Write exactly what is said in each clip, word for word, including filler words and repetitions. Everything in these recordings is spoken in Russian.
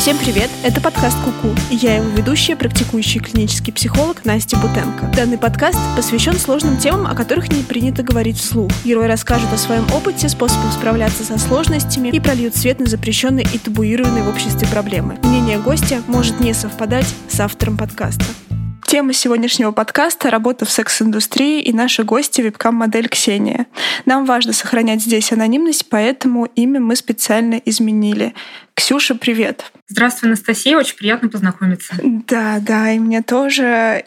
Всем привет! Это подкаст «Ку-ку», и я его ведущая, практикующий клинический психолог Настя Бутенко. Данный подкаст посвящен сложным темам, о которых не принято говорить вслух. Герой расскажет о своем опыте, способах справляться со сложностями и прольют свет на запрещенные и табуированные в обществе проблемы. Мнение гостя может не совпадать с автором подкаста. Тема сегодняшнего подкаста — работа в секс-индустрии и наши гости — вебкам-модель Ксения. Нам важно сохранять здесь анонимность, поэтому имя мы специально изменили. Ксюша, привет! Здравствуй, Анастасия, очень приятно познакомиться. Да, да, и мне тоже.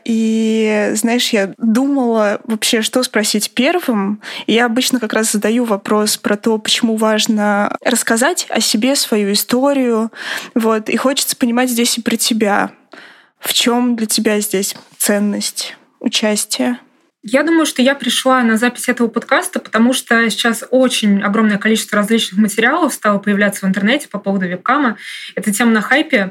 И, знаешь, я думала вообще, что спросить первым. И я обычно как раз задаю вопрос про то, почему важно рассказать о себе, свою историю. Вот. И хочется понимать здесь и про тебя. В чем для тебя здесь ценность участия? Я думаю, что я пришла на запись этого подкаста, потому что сейчас очень огромное количество различных материалов стало появляться в интернете по поводу вебкама. Эта тема на хайпе.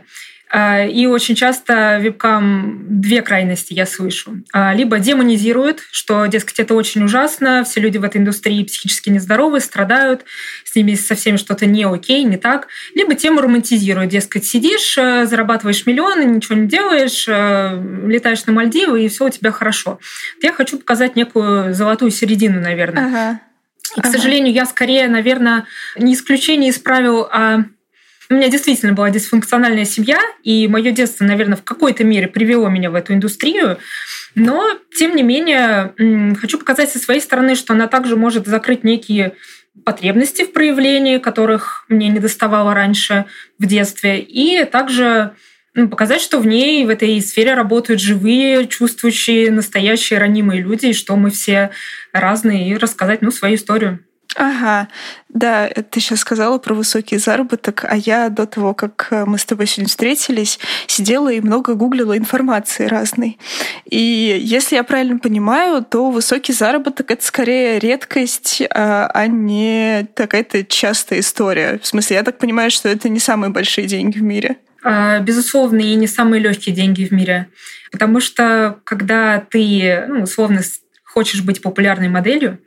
И очень часто вебкам две крайности я слышу. Либо демонизируют, что, дескать, это очень ужасно, все люди в этой индустрии психически нездоровы, страдают, с ними со всеми что-то не окей, не так. Либо тему романтизируют, дескать, сидишь, зарабатываешь миллионы, ничего не делаешь, летаешь на Мальдивы, и все у тебя хорошо. Я хочу показать некую золотую середину, наверное. Ага. И, к ага. сожалению, я скорее, наверное, не исключение из правил, а у меня действительно была дисфункциональная семья, и мое детство, наверное, в какой-то мере привело меня в эту индустрию. Но, тем не менее, хочу показать со своей стороны, что она также может закрыть некие потребности в проявлении, которых мне не доставало раньше в детстве, и также показать, что в ней, в этой сфере работают живые, чувствующие, настоящие, ранимые люди, и что мы все разные, и рассказать ну, свою историю. Ага, да, ты сейчас сказала про высокий заработок, а я до того, как мы с тобой сегодня встретились, сидела и много гуглила информации разной. И если я правильно понимаю, то высокий заработок — это скорее редкость, а не какая-то частая история. В смысле, я так понимаю, что это не самые большие деньги в мире. Безусловно, и не самые легкие деньги в мире. Потому что когда ты, ну, условно, хочешь быть популярной моделью,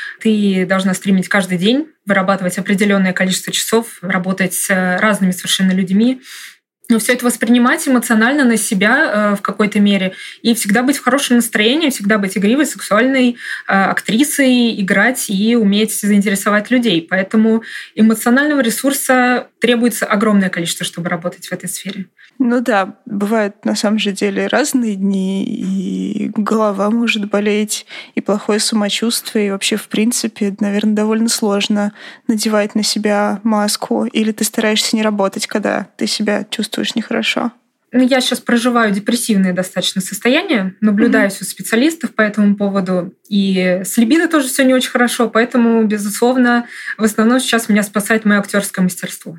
ты должна стримить каждый день, вырабатывать определенное количество часов, работать с разными совершенно людьми, но все это воспринимать эмоционально на себя в какой-то мере и всегда быть в хорошем настроении, всегда быть игривой, сексуальной актрисой, играть и уметь заинтересовать людей. Поэтому эмоционального ресурса требуется огромное количество, чтобы работать в этой сфере. Ну да, бывают на самом же деле разные дни, и голова может болеть, и плохое самочувствие, и вообще, в принципе, наверное, довольно сложно надевать на себя маску, или ты стараешься не работать, когда ты себя чувствуешь нехорошо. Ну, я сейчас проживаю депрессивное достаточно состояние, наблюдаюсь mm-hmm. у специалистов по этому поводу, и с либидо тоже все не очень хорошо, поэтому, безусловно, в основном сейчас меня спасает мое актерское мастерство.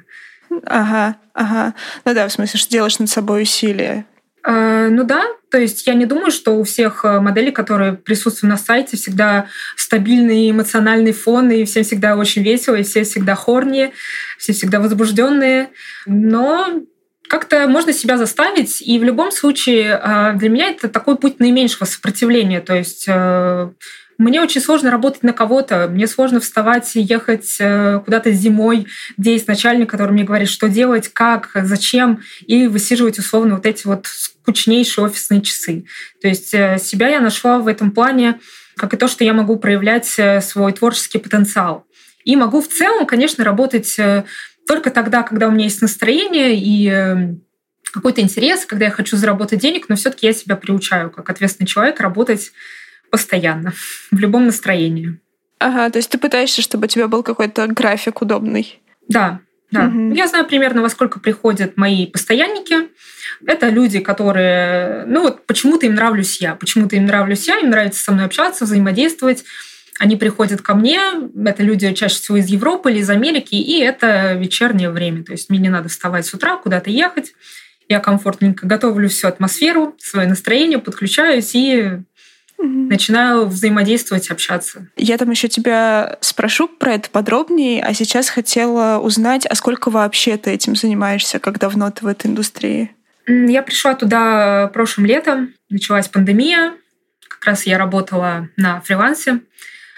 Ага, ага. Ну да, в смысле, что делаешь над собой усилия. Э, ну да, то есть я не думаю, что у всех моделей, которые присутствуют на сайте, всегда стабильный эмоциональный фон, и всем всегда очень весело, и все всегда хорни, все всегда возбужденные. Но как-то можно себя заставить, и в любом случае для меня это такой путь наименьшего сопротивления. То есть мне очень сложно работать на кого-то, мне сложно вставать и ехать куда-то зимой, где есть начальник, который мне говорит, что делать, как, зачем, и высиживать условно вот эти вот скучнейшие офисные часы. То есть себя я нашла в этом плане, как и то, что я могу проявлять свой творческий потенциал. И могу в целом, конечно, работать только тогда, когда у меня есть настроение и какой-то интерес, когда я хочу заработать денег, но все-таки я себя приучаю, как ответственный человек, работать постоянно, в любом настроении. Ага, то есть ты пытаешься, чтобы у тебя был какой-то график удобный? Да, да. Угу. Я знаю примерно, во сколько приходят мои постоянники. Это люди, которые... Ну вот почему-то им нравлюсь я. Почему-то им нравлюсь я, им нравится со мной общаться, взаимодействовать. Они приходят ко мне, это люди чаще всего из Европы или из Америки, и это вечернее время. То есть мне не надо вставать с утра, куда-то ехать. Я комфортненько готовлю всю атмосферу, свое настроение, подключаюсь и начинаю взаимодействовать, общаться. Я там еще тебя спрошу про это подробнее, а сейчас хотела узнать, а сколько вообще ты этим занимаешься, как давно ты в этой индустрии? Я пришла туда прошлым летом, началась пандемия, как раз я работала на фрилансе,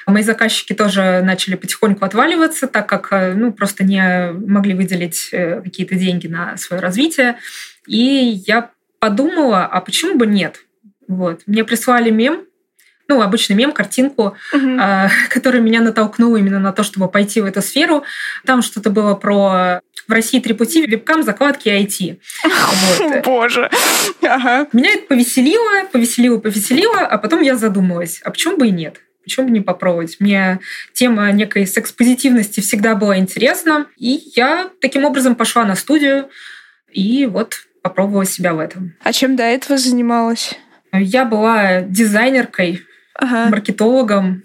Мои заказчики тоже начали потихоньку отваливаться, так как ну, просто не могли выделить какие-то деньги на свое развитие. И я подумала, а почему бы нет? Вот. Мне прислали мем, ну, обычный мем, картинку, uh-huh. которая меня натолкнула именно на то, чтобы пойти в эту сферу. Там что-то было про в России три пути: вебкам, закладки и ай ти. Вот. Боже. Ага. Меня это повеселило, повеселило, повеселило, а потом я задумалась, а почему бы и нет? Почему бы не попробовать? Мне тема некой секс-позитивности всегда была интересна, и я таким образом пошла на студию и вот попробовала себя в этом. А чем до этого занималась? Я была дизайнеркой, ага. маркетологом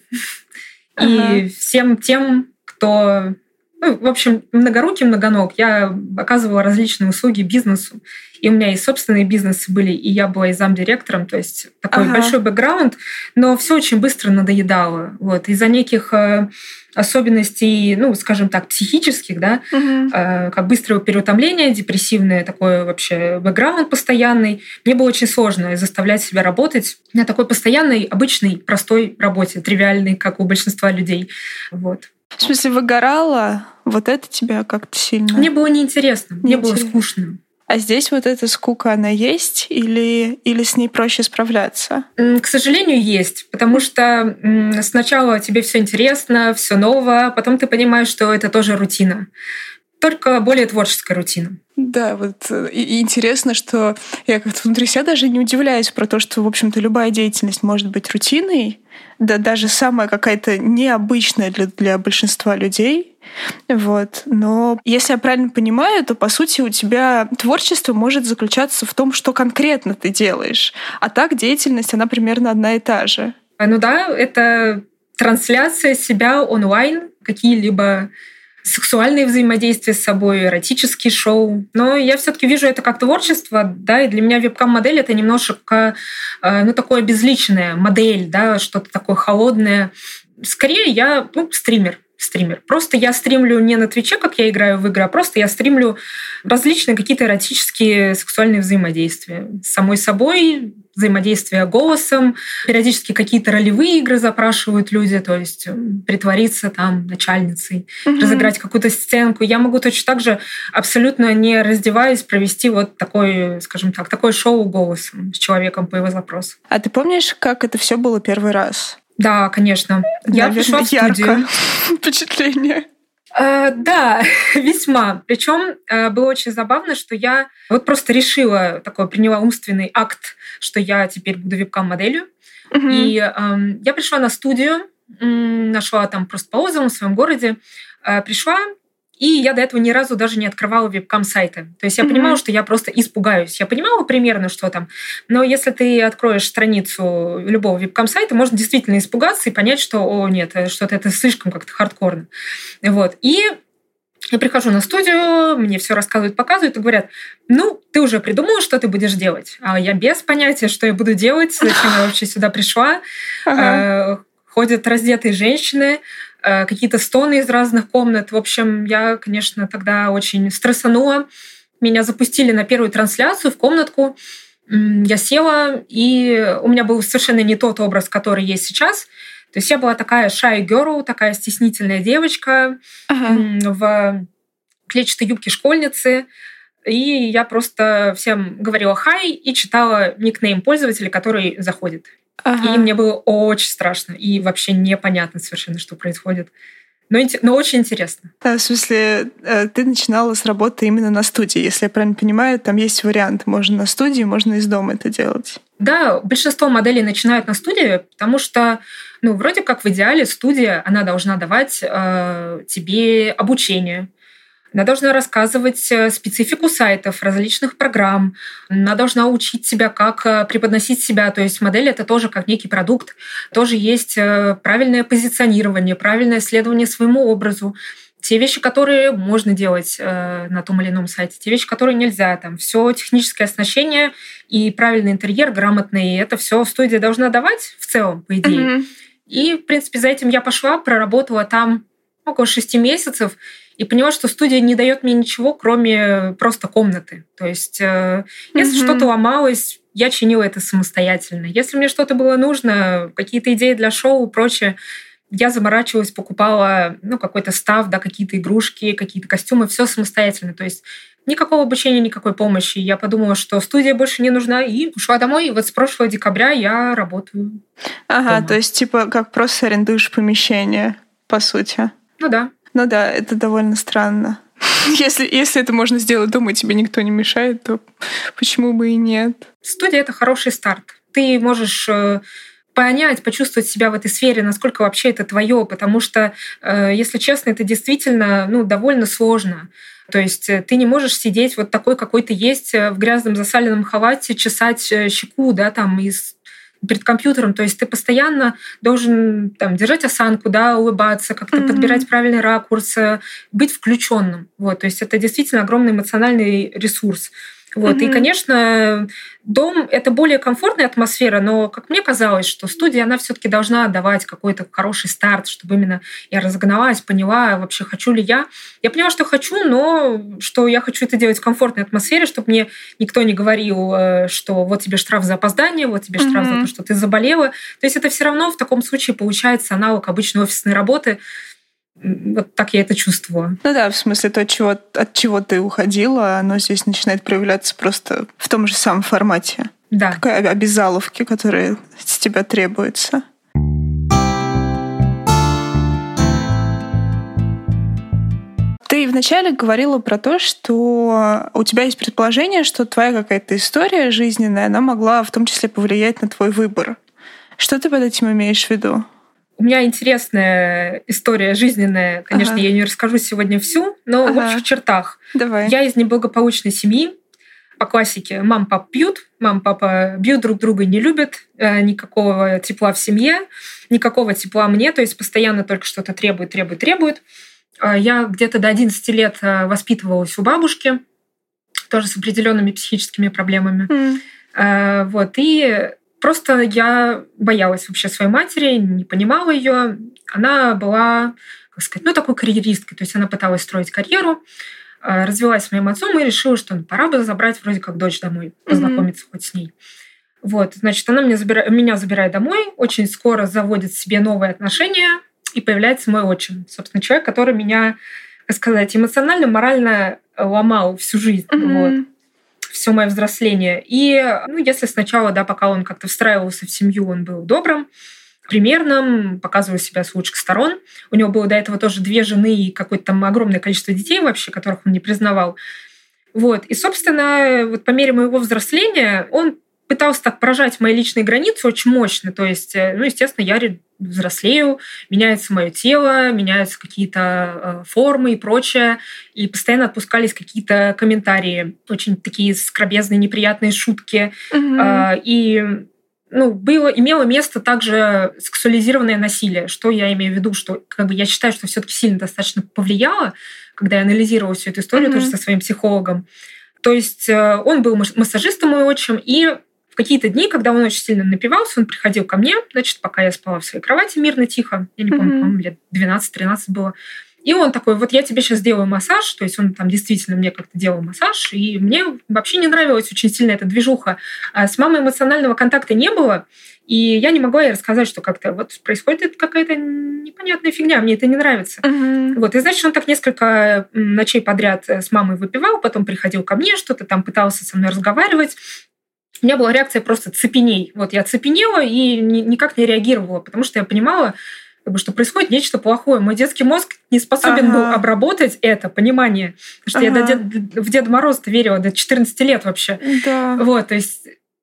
ага. и всем тем, кто... Ну, в общем, многорукий, многоног. Я оказывала различные услуги бизнесу. И у меня и собственные бизнесы были, и я была и замдиректором, то есть такой ага. большой бэкграунд, но все очень быстро надоедало. Вот. Из-за неких э, особенностей, ну, скажем так, психических, да, угу. э, как быстрого переутомления, депрессивное такой вообще бэкграунд постоянный, мне было очень сложно заставлять себя работать на такой постоянной, обычной, простой работе, тривиальной, как у большинства людей. Вот. В смысле, выгорала? Вот это тебя как-то сильно... Мне было неинтересно, мне было скучно. А здесь вот эта скука, она есть или, или с ней проще справляться? К сожалению, есть. Потому что сначала тебе все интересно, все ново, потом ты понимаешь, что это тоже рутина. Только более творческая рутина. Да, вот и интересно, что я как-то внутри себя даже не удивляюсь про то, что, в общем-то, любая деятельность может быть рутиной, да даже самая какая-то необычная для, для большинства людей. Вот. Но если я правильно понимаю, то, по сути, у тебя творчество может заключаться в том, что конкретно ты делаешь. А так деятельность, она примерно одна и та же. Ну да, это трансляция себя онлайн, какие-либо сексуальные взаимодействия с собой, эротические шоу. Но я все-таки вижу это как творчество, да, и для меня вебкам-модель — это немножко, ну, такое безличная модель, да, что-то такое холодное. Скорее, я, ну, стример. стример. Просто я стримлю не на Твиче, как я играю в игры, а просто я стримлю различные какие-то эротические сексуальные взаимодействия с самой собой, взаимодействие голосом. Периодически какие-то ролевые игры запрашивают люди, то есть притвориться там начальницей, mm-hmm. разыграть какую-то сценку. Я могу точно так же, абсолютно не раздеваясь, провести вот такое, скажем так, такое шоу голосом с человеком по его запросу. А ты помнишь, как это все было первый раз? Да, конечно. Я Наверное, пришла в студию. Ярко. Впечатление. Uh, да, весьма. Причем uh, было очень забавно, что я вот просто решила, такой приняла умственный акт, что я теперь буду вебкам-моделью. Uh-huh. И uh, я пришла на студию, нашла там просто по отзывам в своем городе, uh, пришла, и я до этого ни разу даже не открывала вебкам-сайты. То есть я mm-hmm. понимала, что я просто испугаюсь. Я понимала примерно, что там. Но если ты откроешь страницу любого вебкам-сайта, можно действительно испугаться и понять, что, о, нет, что-то это слишком как-то хардкорно. Вот. И я прихожу на студию, мне все рассказывают, показывают и говорят: ну, ты уже придумала, что ты будешь делать? А я без понятия, что я буду делать, зачем я вообще сюда пришла. Uh-huh. Ходят раздетые женщины, какие-то стоны из разных комнат. В общем, я, конечно, тогда очень стрессанула. Меня запустили на первую трансляцию в комнатку. Я села, и у меня был совершенно не тот образ, который есть сейчас. То есть я была такая shy girl, такая стеснительная девочка ага. в клетчатой юбке школьницы. И я просто всем говорила «хай» и читала никнейм пользователя, который заходит. Ага. И мне было очень страшно и вообще непонятно совершенно, что происходит. Но, но очень интересно. Да, в смысле, ты начинала с работы именно на студии. Если я правильно понимаю, там есть вариант. Можно на студии, можно из дома это делать. Да, большинство моделей начинают на студии, потому что, ну, вроде как в идеале студия, она должна давать э, тебе обучение. Она должна рассказывать специфику сайтов, различных программ. Она должна учить себя, как преподносить себя. То есть модель — это тоже как некий продукт. Тоже есть правильное позиционирование, правильное следование своему образу. Те вещи, которые можно делать на том или ином сайте, те вещи, которые нельзя. Там все техническое оснащение и правильный интерьер, грамотный. Это все студия должна давать в целом, по идее. Mm-hmm. И, в принципе, за этим я пошла, проработала там около шести месяцев, и поняла, что студия не дает мне ничего, кроме просто комнаты. То есть, э, если mm-hmm. что-то ломалось, я чинила это самостоятельно. Если мне что-то было нужно, какие-то идеи для шоу и прочее, я заморачивалась, покупала ну, какой-то став, да, какие-то игрушки, какие-то костюмы, все самостоятельно. То есть никакого обучения, никакой помощи. Я подумала, что студия больше не нужна, и ушла домой. И вот с прошлого декабря я работаю Ага, дома. То есть типа как просто арендуешь помещение, по сути. Ну да. Ну да, это довольно странно. Если, если это можно сделать дома, и тебе никто не мешает, то почему бы и нет? Студия — это хороший старт. Ты можешь понять, почувствовать себя в этой сфере, насколько вообще это твое, потому что, если честно, это действительно ну, довольно сложно. То есть ты не можешь сидеть вот такой, какой ты есть, в грязном засаленном халате, чесать щеку, да, там, из перед компьютером. То есть ты постоянно должен там, держать осанку, да, улыбаться, как-то mm-hmm. подбирать правильный ракурс, быть включенным. Вот. То есть это действительно огромный эмоциональный ресурс. Вот. Mm-hmm. И, конечно, дом — это более комфортная атмосфера, но, как мне казалось, что студия, она все-таки должна давать какой-то хороший старт, чтобы именно я разогналась, поняла, вообще хочу ли я. Я поняла, что хочу, но что я хочу это делать в комфортной атмосфере, чтобы мне никто не говорил, что вот тебе штраф за опоздание, вот тебе штраф mm-hmm. за то, что ты заболела. То есть это все равно в таком случае получается аналог обычной офисной работы. Вот так я это чувствовала. Ну да, в смысле, то, от чего, от чего ты уходила, оно здесь начинает проявляться просто в том же самом формате. Да. Такой обязаловки, которые с тебя требуются. Ты вначале говорила про то, что у тебя есть предположение, что твоя какая-то история жизненная, она могла в том числе повлиять на твой выбор. Что ты под этим имеешь в виду? У меня интересная история жизненная. Конечно, ага. я не расскажу сегодня всю, но ага. в общих чертах. Давай. Я из неблагополучной семьи. По классике мама, папа пьют, мама, папа бьют друг друга, не любят, никакого тепла в семье, никакого тепла мне, то есть постоянно только что-то требует, требует, требует. Я где-то до одиннадцати лет воспитывалась у бабушки, тоже с определенными психическими проблемами. Mm. Вот, и просто я боялась вообще своей матери, не понимала ее. Она была, как сказать, ну, такой карьеристкой. То есть она пыталась строить карьеру, развелась с моим отцом и решила, что ну, пора бы забрать вроде как дочь домой, познакомиться mm-hmm. хоть с ней. Вот, значит, она меня, забира... меня забирает домой, очень скоро заводит себе новые отношения, и появляется мой отчим. Собственно, человек, который меня, как сказать, эмоционально, морально ломал всю жизнь. Mm-hmm. Вот. Все мое взросление. И ну, если сначала, да, пока он как-то встраивался в семью, он был добрым, примерным, показывал себя с лучших сторон. У него было до этого тоже две жены и какое-то там огромное количество детей вообще, которых он не признавал. Вот. И, собственно, вот по мере моего взросления он пытался так поражать мои личные границы очень мощно. То есть, ну, естественно, я взрослею, меняется мое тело, меняются какие-то формы и прочее. И постоянно отпускались какие-то комментарии, очень такие скробезные, неприятные шутки. Mm-hmm. И ну, было, имело место также сексуализированное насилие. Что я имею в виду? Что как бы, я считаю, что все-таки сильно достаточно повлияло, когда я анализировала всю эту историю mm-hmm. тоже со своим психологом. То есть он был массажистом мой отчим, и в какие-то дни, когда он очень сильно напивался, он приходил ко мне, значит, пока я спала в своей кровати мирно, тихо, я не помню, mm-hmm. по-моему, лет двенадцать-тринадцать было. И он такой, вот я тебе сейчас сделаю массаж, то есть он там действительно мне как-то делал массаж, и мне вообще не нравилась очень сильно эта движуха. А с мамой эмоционального контакта не было, и я не могла ей рассказать, что как-то вот происходит какая-то непонятная фигня, мне это не нравится. Mm-hmm. Вот, и значит, он так несколько ночей подряд с мамой выпивал, потом приходил ко мне, что-то там пытался со мной разговаривать. У меня была реакция просто цепеней. Вот я цепенела и никак не реагировала, потому что я понимала, что происходит нечто плохое. Мой детский мозг не способен ага. был обработать это понимание. Потому что ага. я до Дед... в Деда Мороза верила до четырнадцати лет вообще. Да. Вот, то есть...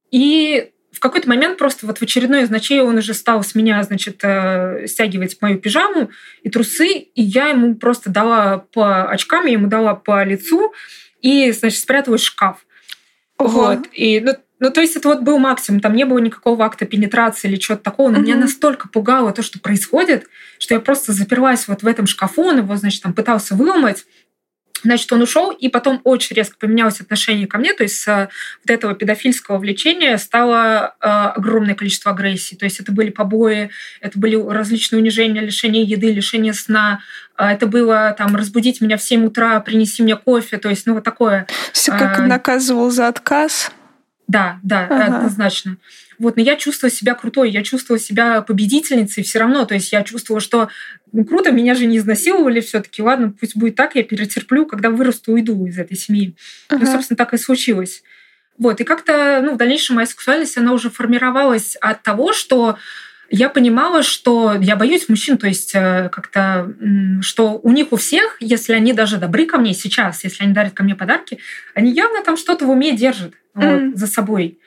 И в какой-то момент просто вот в очередной из ночей он уже стал с меня, значит, стягивать мою пижаму и трусы, и я ему просто дала по очкам, я ему дала по лицу и, значит, спряталась в шкаф. Ого. Вот. И, ну, Ну, то есть это вот был максимум, там не было никакого акта пенетрации или чего-то такого, но mm-hmm. меня настолько пугало то, что происходит, что я просто заперлась вот в этом шкафу, он его, значит, там пытался выломать, значит, он ушел, и потом очень резко поменялось отношение ко мне, то есть с вот этого педофильского влечения стало э, огромное количество агрессии, то есть это были побои, это были различные унижения, лишение еды, лишение сна, э, это было там разбудить меня в семь утра, принеси мне кофе, то есть, ну, вот такое. Все как э, наказывал за отказ. Да, да, ага. однозначно. Вот, но я чувствовала себя крутой, я чувствовала себя победительницей все равно. То есть я чувствовала, что ну, круто, меня же не изнасиловали все-таки. Ладно, пусть будет так, я перетерплю, когда вырасту, уйду из этой семьи. Uh-huh. Ну, собственно, так и случилось. Вот, и как-то ну, в дальнейшем моя сексуальность, она уже формировалась от того, что я понимала, что я боюсь мужчин, то есть как-то, что у них у всех, если они даже добры ко мне сейчас, если они дарят ко мне подарки, они явно там что-то в уме держат mm. вот, за собой.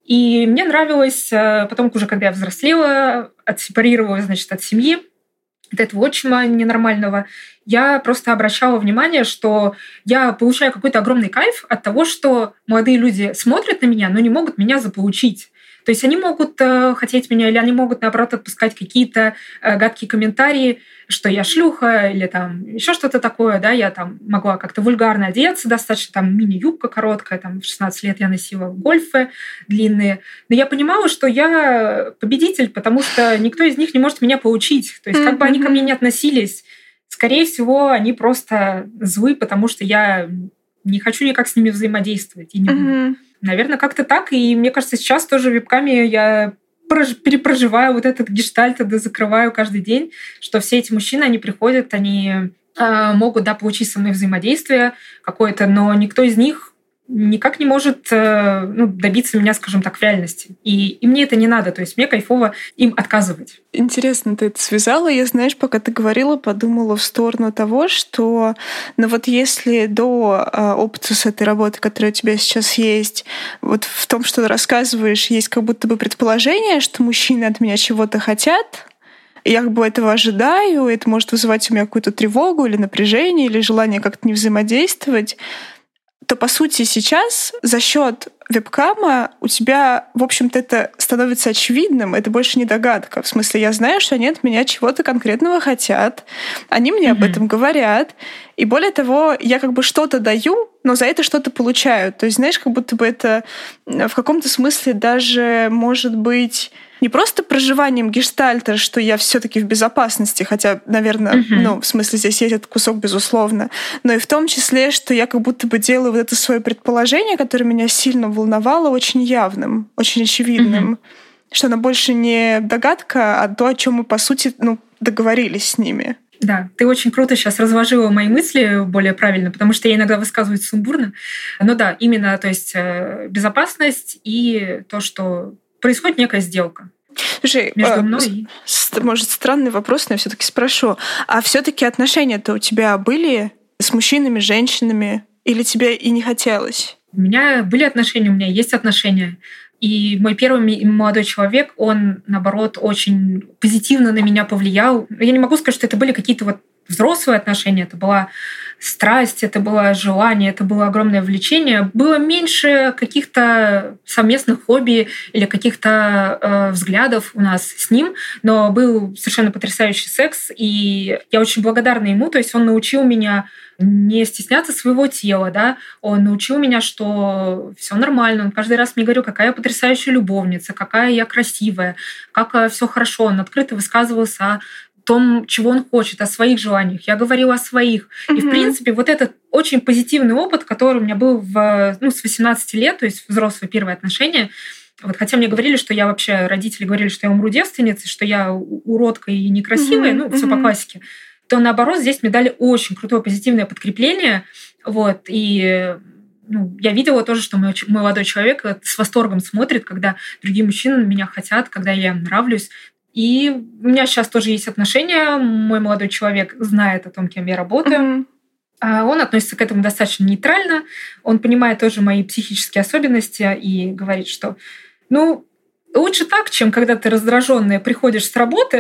И мне нравилось, потом уже, когда я взрослела, отсепарировалась, значит, от семьи, от этого отчима ненормального, я просто обращала внимание, что я получаю какой-то огромный кайф от того, что молодые люди смотрят на меня, но не могут меня заполучить. То есть они могут э, хотеть меня, или они могут, наоборот, отпускать какие-то э, гадкие комментарии, что я шлюха, или там еще что-то такое, да, я там могла как-то вульгарно одеться, достаточно там мини-юбка короткая, там в шестнадцать лет я носила гольфы длинные. Но я понимала, что я победитель, потому что никто из них не может меня получить. То есть как бы они ко мне не относились, скорее всего, они просто злы, потому что я не хочу никак с ними взаимодействовать и не буду. Наверное, как-то так. И мне кажется, сейчас тоже вебками я перепроживаю вот этот гештальт, да, закрываю каждый день, что все эти мужчины, они приходят, они э, могут, да, получить со мной взаимодействие какое-то, но никто из них никак не может э, ну, добиться меня, скажем так, в реальности. И, и мне это не надо, то есть мне кайфово им отказывать. Интересно, ты это связала. Я, знаешь, пока ты говорила, подумала в сторону того, что ну вот если до э, опыта с этой работы, которая у тебя сейчас есть, вот в том, что ты рассказываешь, есть как будто бы предположение, что мужчины от меня чего-то хотят, я как бы этого ожидаю, это может вызывать у меня какую-то тревогу или напряжение, или желание как-то не взаимодействовать, то, по сути, сейчас за счет вебкама у тебя, в общем-то, это становится очевидным, это больше не догадка. В смысле, я знаю, что они от меня чего-то конкретного хотят, они мне mm-hmm. об этом говорят, и более того, я как бы что-то даю, но за это что-то получаю. То есть, знаешь, как будто бы это в каком-то смысле даже может быть не просто проживанием гештальта, что я все-таки в безопасности, хотя, наверное, uh-huh. ну, в смысле, здесь есть этот кусок, безусловно, но и в том числе, что я как будто бы делаю вот это свое предположение, которое меня сильно волновало, очень явным, очень очевидным, uh-huh. что оно больше не догадка, а то, о чем мы, по сути, ну, договорились с ними. Да, ты очень круто сейчас разложила мои мысли более правильно, потому что я иногда высказываюсь сумбурно. Но да, именно, то есть безопасность и то, что происходит некая сделка. Слушай, между мной и... может, странный вопрос, но я все-таки спрошу. А все-таки отношения-то у тебя были с мужчинами, женщинами, или тебе и не хотелось? У меня были отношения, у меня есть отношения. И мой первый молодой человек, он, наоборот, очень позитивно на меня повлиял. Я не могу сказать, что это были какие-то вот взрослые отношения, это была страсть, это было желание, это было огромное влечение. Было меньше каких-то совместных хобби или каких-то э, взглядов у нас с ним, но был совершенно потрясающий секс, и я очень благодарна ему. То есть он научил меня не стесняться своего тела, да, он научил меня, что все нормально. Он каждый раз мне говорил, какая я потрясающая любовница, какая я красивая, как все хорошо. Он открыто высказывался о том, чего он хочет, о своих желаниях. Я говорила о своих. Mm-hmm. И, в принципе, вот этот очень позитивный опыт, который у меня был в, ну, с восемнадцати лет, то есть взрослые первые отношения, вот, хотя мне говорили, что я вообще, родители говорили, что я умру девственницей, что я уродка и некрасивая, mm-hmm. ну, все mm-hmm. по классике, то, наоборот, здесь мне дали очень крутое позитивное подкрепление. Вот, и ну, я видела тоже, что мой молодой человек с восторгом смотрит, когда другие мужчины меня хотят, когда я им нравлюсь. И у меня сейчас тоже есть отношения. Мой молодой человек знает о том, кем я работаю. Mm-hmm. Он относится к этому достаточно нейтрально. Он понимает тоже мои психические особенности и говорит, что ну, лучше так, чем когда ты раздраженная приходишь с работы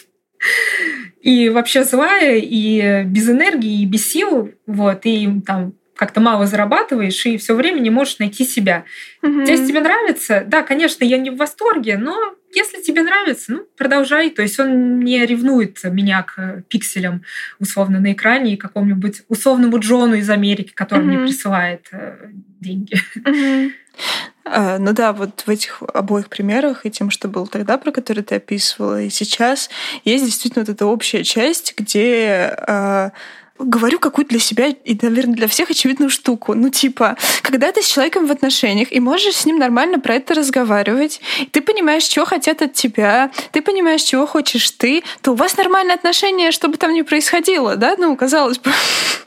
и вообще злая, и без энергии, и без сил, вот, и там как-то мало зарабатываешь, и все время не можешь найти себя. Mm-hmm. Если тебе нравится, да, конечно, я не в восторге, но если тебе нравится, ну, продолжай. То есть он не ревнует меня к пикселям, условно, на экране и какому-нибудь условному Джону из Америки, который mm-hmm. мне присылает э, деньги. Mm-hmm. А, ну да, вот в этих обоих примерах, и тем, что был тогда, про который ты описывала, и сейчас, есть действительно вот эта общая часть, где... А, говорю какую-то для себя и, наверное, для всех очевидную штуку. Ну, типа, когда ты с человеком в отношениях и можешь с ним нормально про это разговаривать, ты понимаешь, чего хотят от тебя, ты понимаешь, чего хочешь ты, то у вас нормальные отношения, что бы там ни происходило, да? Ну, казалось бы.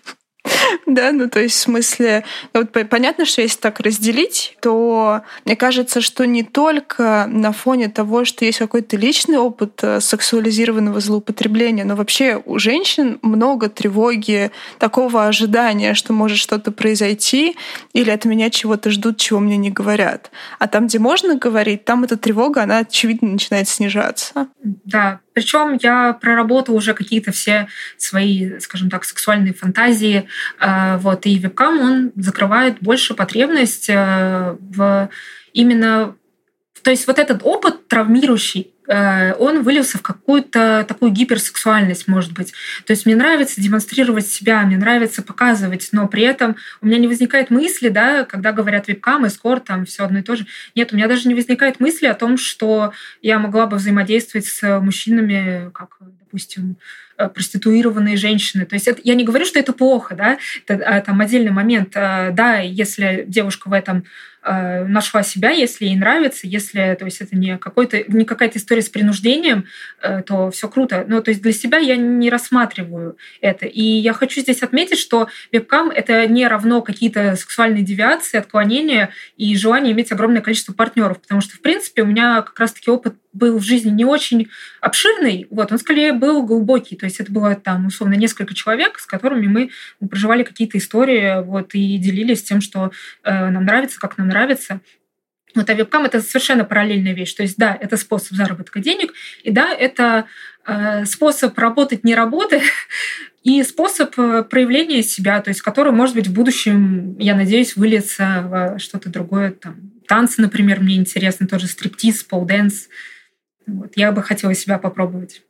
Да, ну то есть в смысле, вот понятно, что если так разделить, то мне кажется, что не только на фоне того, что есть какой-то личный опыт сексуализированного злоупотребления, но вообще у женщин много тревоги, такого ожидания, что может что-то произойти, или от меня чего-то ждут, чего мне не говорят. А там, где можно говорить, там эта тревога, она очевидно начинает снижаться. Да, причем я проработала уже какие-то все свои, скажем так, сексуальные фантазии. Вот, и вебкам, он закрывает больше потребность в именно... То есть вот этот опыт травмирующий, он вылился в какую-то такую гиперсексуальность, может быть. То есть мне нравится демонстрировать себя, мне нравится показывать, но при этом у меня не возникает мысли, да, когда говорят вебкам, эскорт, там все одно и то же. Нет, у меня даже не возникает мысли о том, что я могла бы взаимодействовать с мужчинами, как, допустим, проституированные женщины. То есть это, я не говорю, что это плохо, да, это там отдельный момент. Да, если девушка в этом нашла себя, если ей нравится, если, то есть это не, какой-то, не какая-то история с принуждением, то все круто. Но то есть для себя я не рассматриваю это. И я хочу здесь отметить, что вебкам — это не равно какие-то сексуальные девиации, отклонения и желание иметь огромное количество партнеров, потому что, в принципе, у меня как раз-таки опыт был в жизни не очень обширный, вот, он скорее был глубокий, то есть это было там условно несколько человек, с которыми мы проживали какие-то истории, вот, и делились тем, что э, нам нравится, как нам нравится. Вот, а вебкам — это совершенно параллельная вещь, то есть да, это способ заработка денег, и да, это э, способ работать, не работая, и способ проявления себя, то есть который, может быть, в будущем, я надеюсь, выльется во что-то другое, там, танцы, например, мне интересны, тоже стриптиз, полденс. Вот, я бы хотела себя попробовать.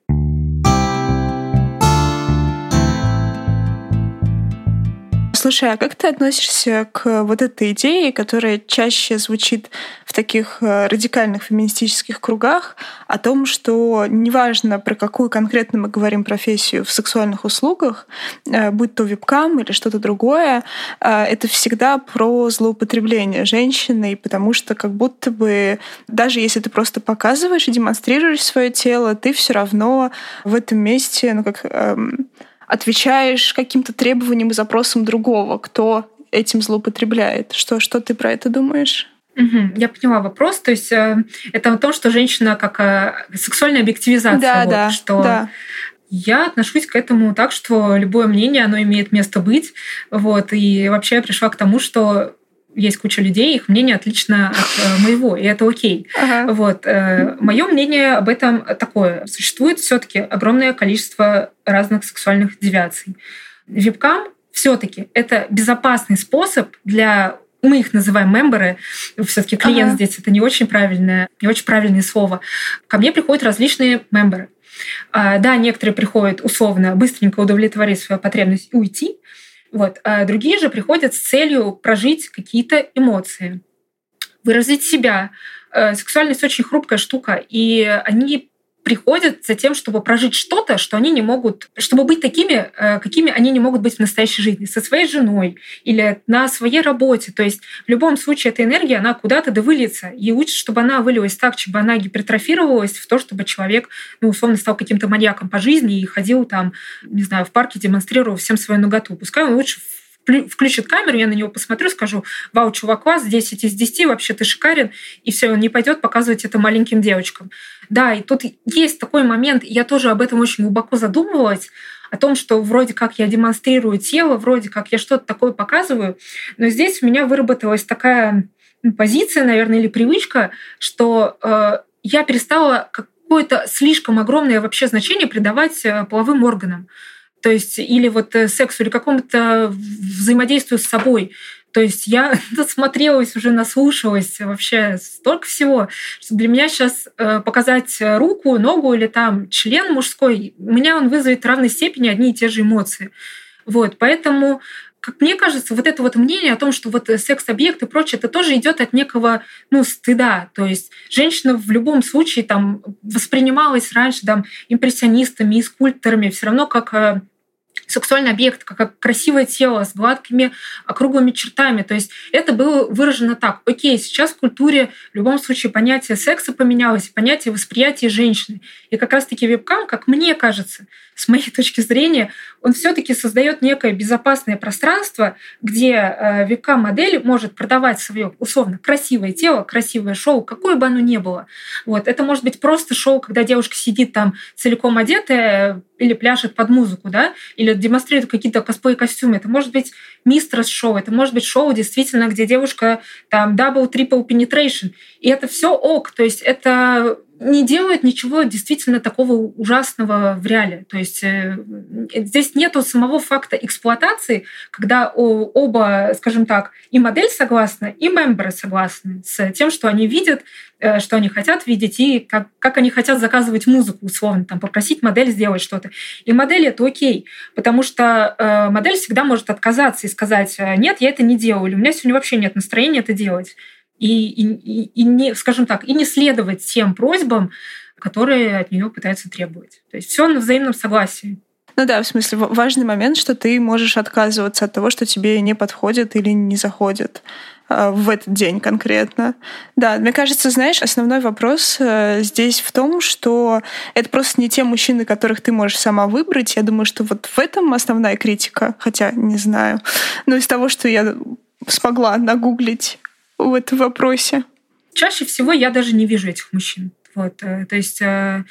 Слушай, а как ты относишься к вот этой идее, которая чаще звучит в таких радикальных феминистических кругах, о том, что неважно, про какую конкретно мы говорим профессию в сексуальных услугах, будь то вебкам или что-то другое, это всегда про злоупотребление женщиной, потому что как будто бы даже если ты просто показываешь и демонстрируешь свое тело, ты все равно в этом месте, ну как... отвечаешь каким-то требованиям и запросам другого, кто этим злоупотребляет. Что, что ты про это думаешь? Угу, я поняла вопрос. То есть э, это о том, что женщина как э, сексуальная объективизация. Да, вот, да, что да. Я отношусь к этому так, что любое мнение, оно имеет место быть. Вот, и вообще я пришла к тому, что есть куча людей, их мнение отлично от моего, и это окей. Ага. Вот. Мое мнение об этом такое. Существует все-таки огромное количество разных сексуальных девиаций. Вебкам все-таки это безопасный способ для... Мы их называем мемберы. Все-таки клиент ага. здесь это не очень правильное, не очень правильное слово. Ко мне приходят различные мемберы. Да, некоторые приходят условно быстренько удовлетворить свою потребность и уйти. Вот. А другие же приходят с целью прожить какие-то эмоции, выразить себя. Сексуальность очень хрупкая штука, и они приходят за тем, чтобы прожить что-то, что они не могут, чтобы быть такими, какими они не могут быть в настоящей жизни, со своей женой или на своей работе. То есть в любом случае эта энергия, она куда-то да выльется. И лучше, чтобы она вылилась так, чтобы она гипертрофировалась в то, чтобы человек, ну, условно, стал каким-то маньяком по жизни и ходил там, не знаю, в парке, демонстрировал всем свою наготу. Пускай он лучше включит камеру, я на него посмотрю, скажу: вау, чувак, класс, десять из десяти, вообще ты шикарен, и все, он не пойдет показывать это маленьким девочкам. Да, и тут есть такой момент, я тоже об этом очень глубоко задумывалась, о том, что вроде как я демонстрирую тело, вроде как я что-то такое показываю, но здесь у меня выработалась такая позиция, наверное, или привычка, что э, я перестала какое-то слишком огромное вообще значение придавать половым органам. То есть или вот сексу, или какому-то взаимодействию с собой. То есть я насмотрелась, уже наслушалась вообще столько всего, что для меня сейчас показать руку, ногу или там член мужской, у меня он вызовет в равной степени одни и те же эмоции. Вот, поэтому, как мне кажется, вот это вот мнение о том, что вот секс-объект и прочее, это тоже идет от некого, ну, стыда. То есть женщина в любом случае там воспринималась раньше там импрессионистами и скульпторами все равно как сексуальный объект, как красивое тело с гладкими округлыми чертами. То есть это было выражено так. Окей, сейчас в культуре в любом случае понятие секса поменялось, понятие восприятия женщины. И как раз-таки вебкам, как мне кажется, с моей точки зрения, он все-таки создает некое безопасное пространство, где вебкам-модель может продавать свое условно красивое тело, красивое шоу, какое бы оно ни было. Вот. Это может быть просто шоу, когда девушка сидит там целиком одетая или пляшет под музыку, да, или демонстрирует какие-то косплей-костюмы. Это может быть мистерс-шоу, это может быть шоу действительно, где девушка там double, triple penetration. И это все ок. То есть это не делает ничего действительно такого ужасного в реале. То есть э, здесь нету самого факта эксплуатации, когда о, оба, скажем так, и модель согласна, и мемберы согласны с тем, что они видят, э, что они хотят видеть, и как, как они хотят заказывать музыку, условно, там, попросить модель сделать что-то. И модель это окей, потому что э, модель всегда может отказаться и сказать: нет, я это не делаю, или у меня сегодня вообще нет настроения это делать. И, и, и не, скажем так, и не следовать тем просьбам, которые от нее пытаются требовать. То есть все на взаимном согласии. Ну да, в смысле, важный момент, что ты можешь отказываться от того, что тебе не подходит или не заходит в этот день конкретно. Да, мне кажется, знаешь, основной вопрос здесь в том, что это просто не те мужчины, которых ты можешь сама выбрать. Я думаю, что вот в этом основная критика, хотя не знаю. Но из того, что я смогла нагуглить в этом вопросе. Чаще всего я даже не вижу этих мужчин. Вот, то есть,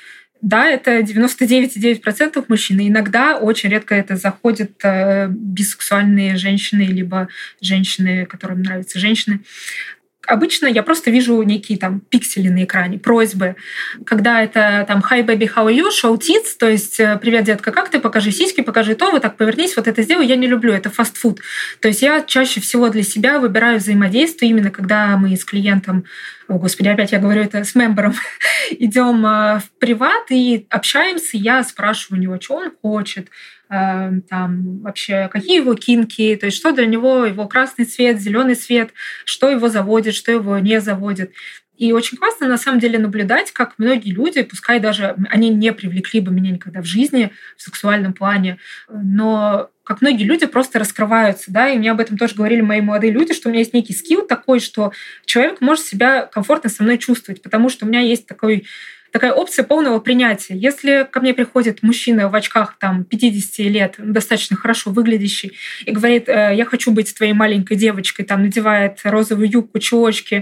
да, это девяносто девять целых девять десятых процента мужчин. И иногда, очень редко это заходят бисексуальные женщины, либо женщины, которым нравятся женщины. Обычно я просто вижу некие там пиксели на экране, просьбы. Когда это там «Hi, baby, how are you?», «Show tits», то есть «Привет, детка, как ты? Покажи сиськи, покажи то, вот так повернись, вот это сделай». Я не люблю, это фастфуд. То есть я чаще всего для себя выбираю взаимодействие именно когда мы с клиентом, о господи, опять я говорю это с мембером, идем в приват и общаемся, я спрашиваю у него, что он хочет, там вообще какие его кинки, то есть что для него его красный цвет, зеленый цвет, что его заводит, что его не заводит. И очень классно на самом деле наблюдать, как многие люди, пускай даже они не привлекли бы меня никогда в жизни в сексуальном плане, но как многие люди просто раскрываются, да, и мне об этом тоже говорили мои молодые люди, что у меня есть некий скилл такой, что человек может себя комфортно со мной чувствовать, потому что у меня есть такой такая опция полного принятия. Если ко мне приходит мужчина в очках там, пятьдесят лет, достаточно хорошо выглядящий, и говорит: я хочу быть твоей маленькой девочкой, там, надевает розовую юбку, чулочки,